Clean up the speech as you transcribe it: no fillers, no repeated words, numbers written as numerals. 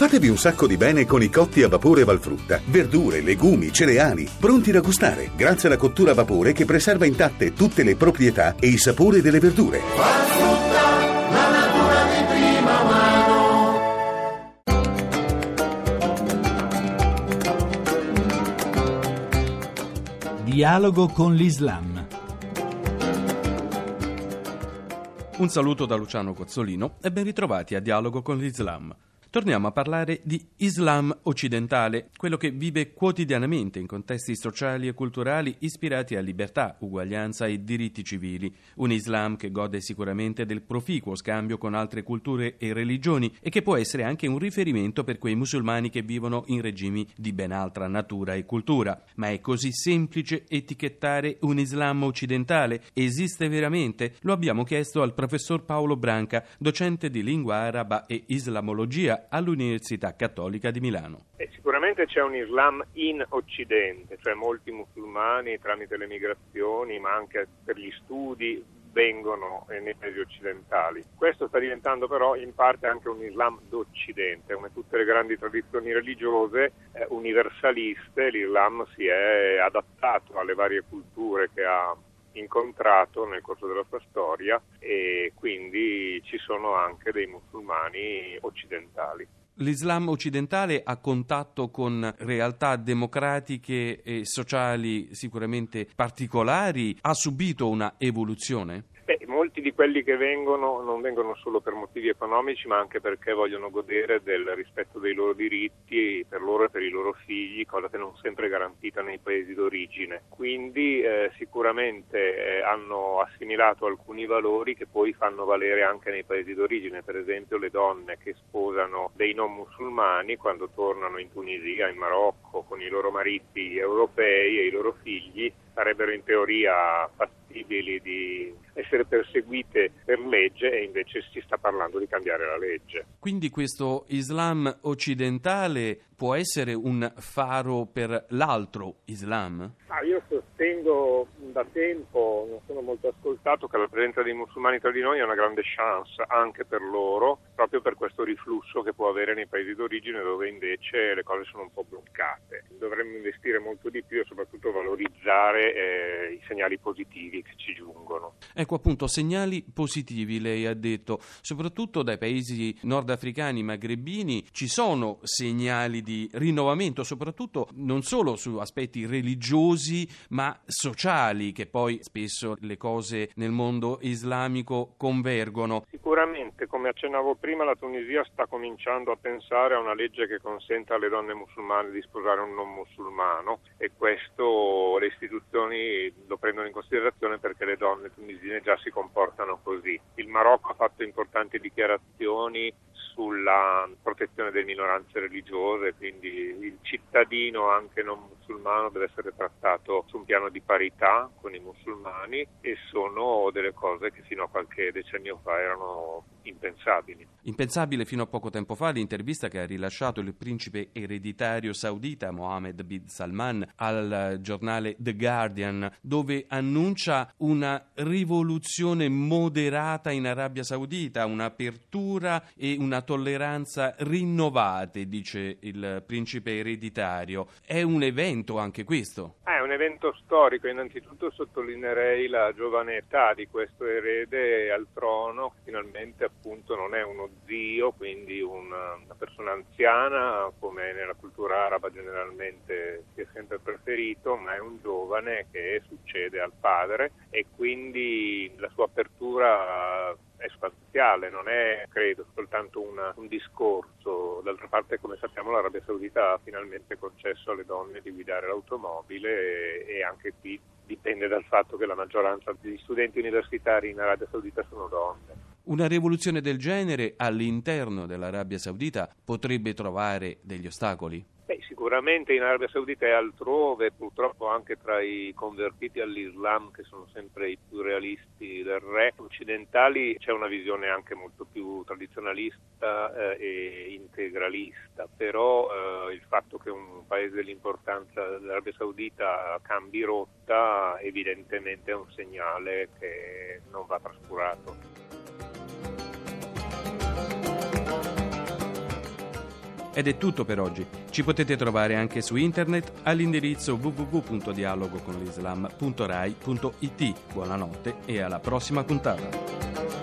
Fatevi un sacco di bene con i cotti a vapore Valfrutta. Verdure, legumi, cereali, pronti da gustare, grazie alla cottura a vapore che preserva intatte tutte le proprietà e i sapori delle verdure. Valfrutta, la natura di prima mano. Dialogo con l'Islam. Un saluto da Luciano Cozzolino e ben ritrovati a Dialogo con l'Islam. Torniamo a parlare di Islam occidentale, quello che vive quotidianamente in contesti sociali e culturali ispirati a libertà, uguaglianza e diritti civili. Un Islam che gode sicuramente del proficuo scambio con altre culture e religioni e che può essere anche un riferimento per quei musulmani che vivono in regimi di ben altra natura e cultura. Ma è così semplice etichettare un Islam occidentale? Esiste veramente? Lo abbiamo chiesto al professor Paolo Branca, docente di lingua araba e islamologia all'Università Cattolica di Milano. Sicuramente c'è un Islam in Occidente, cioè molti musulmani tramite le migrazioni, ma anche per gli studi, vengono nei paesi occidentali. Questo sta diventando però in parte anche un Islam d'Occidente, come tutte le grandi tradizioni religiose universaliste. L'Islam si è adattato alle varie culture che ha incontrato nel corso della sua storia e quindi ci sono anche dei musulmani occidentali. L'Islam occidentale ha contatto con realtà democratiche e sociali sicuramente particolari, ha subito una evoluzione? Molti di quelli che vengono non vengono solo per motivi economici, ma anche perché vogliono godere del rispetto dei loro diritti per loro e per i loro figli, cosa che non sempre è garantita nei paesi d'origine. Quindi sicuramente hanno assimilato alcuni valori che poi fanno valere anche nei paesi d'origine. Per esempio le donne che sposano dei non musulmani, quando tornano in Tunisia, in Marocco, con i loro mariti europei e i loro figli, sarebbero in teoria passibili di essere perseguite per legge e invece si sta parlando di cambiare la legge. Quindi questo Islam occidentale può essere un faro per l'altro Islam? Io sostengo da tempo, non sono molto ascoltato, che la presenza dei musulmani tra di noi è una grande chance anche per loro, proprio per questo riflusso che può avere nei paesi d'origine dove invece le cose sono un po' bloccate. Dovremmo investire molto di più e soprattutto valorizzare i segnali positivi che ci giungono. Ecco appunto, segnali positivi lei ha detto, soprattutto dai paesi nordafricani, magrebini, ci sono segnali di rinnovamento, soprattutto non solo su aspetti religiosi ma sociali, che poi spesso le cose nel mondo islamico convergono. Sicuramente, come accennavo prima, la Tunisia sta cominciando a pensare a una legge che consenta alle donne musulmane di sposare un non musulmano e questo le istituzioni lo prendono in considerazione perché le donne tunisine già si comportano così. Il Marocco ha fatto importanti dichiarazioni sulla protezione delle minoranze religiose, quindi il cittadino anche non musulmano deve essere trattato su un piano di parità con i musulmani e sono delle cose che fino a qualche decennio fa erano impensabili. Impensabile fino a poco tempo fa l'intervista che ha rilasciato il principe ereditario saudita Mohammed bin Salman al giornale The Guardian, dove annuncia una rivoluzione moderata in Arabia Saudita, un'apertura e una tolleranza rinnovate, dice il principe ereditario. È un evento anche questo? È un evento storico. Innanzitutto sottolineerei la giovane età di questo erede al trono. Finalmente appunto non è uno zio, quindi una persona anziana come nella cultura araba generalmente si è sempre preferito, ma è un giovane che succede al padre e quindi la sua apertura è sostanziale, non è credo soltanto un discorso. D'altra parte, come sappiamo, l'Arabia Saudita ha finalmente concesso alle donne di guidare l'automobile e anche qui dipende dal fatto che la maggioranza degli studenti universitari in Arabia Saudita sono donne. Una rivoluzione del genere all'interno dell'Arabia Saudita potrebbe trovare degli ostacoli? Sicuramente in Arabia Saudita e altrove, purtroppo anche tra i convertiti all'Islam, che sono sempre i più realisti del re, occidentali, c'è una visione anche molto più tradizionalista e integralista, però il fatto che un paese dell'importanza dell'Arabia Saudita cambi rotta evidentemente è un segnale che non va trascurato. Ed è tutto per oggi. Ci potete trovare anche su internet all'indirizzo www.dialogoconlislam.rai.it. Buonanotte e alla prossima puntata.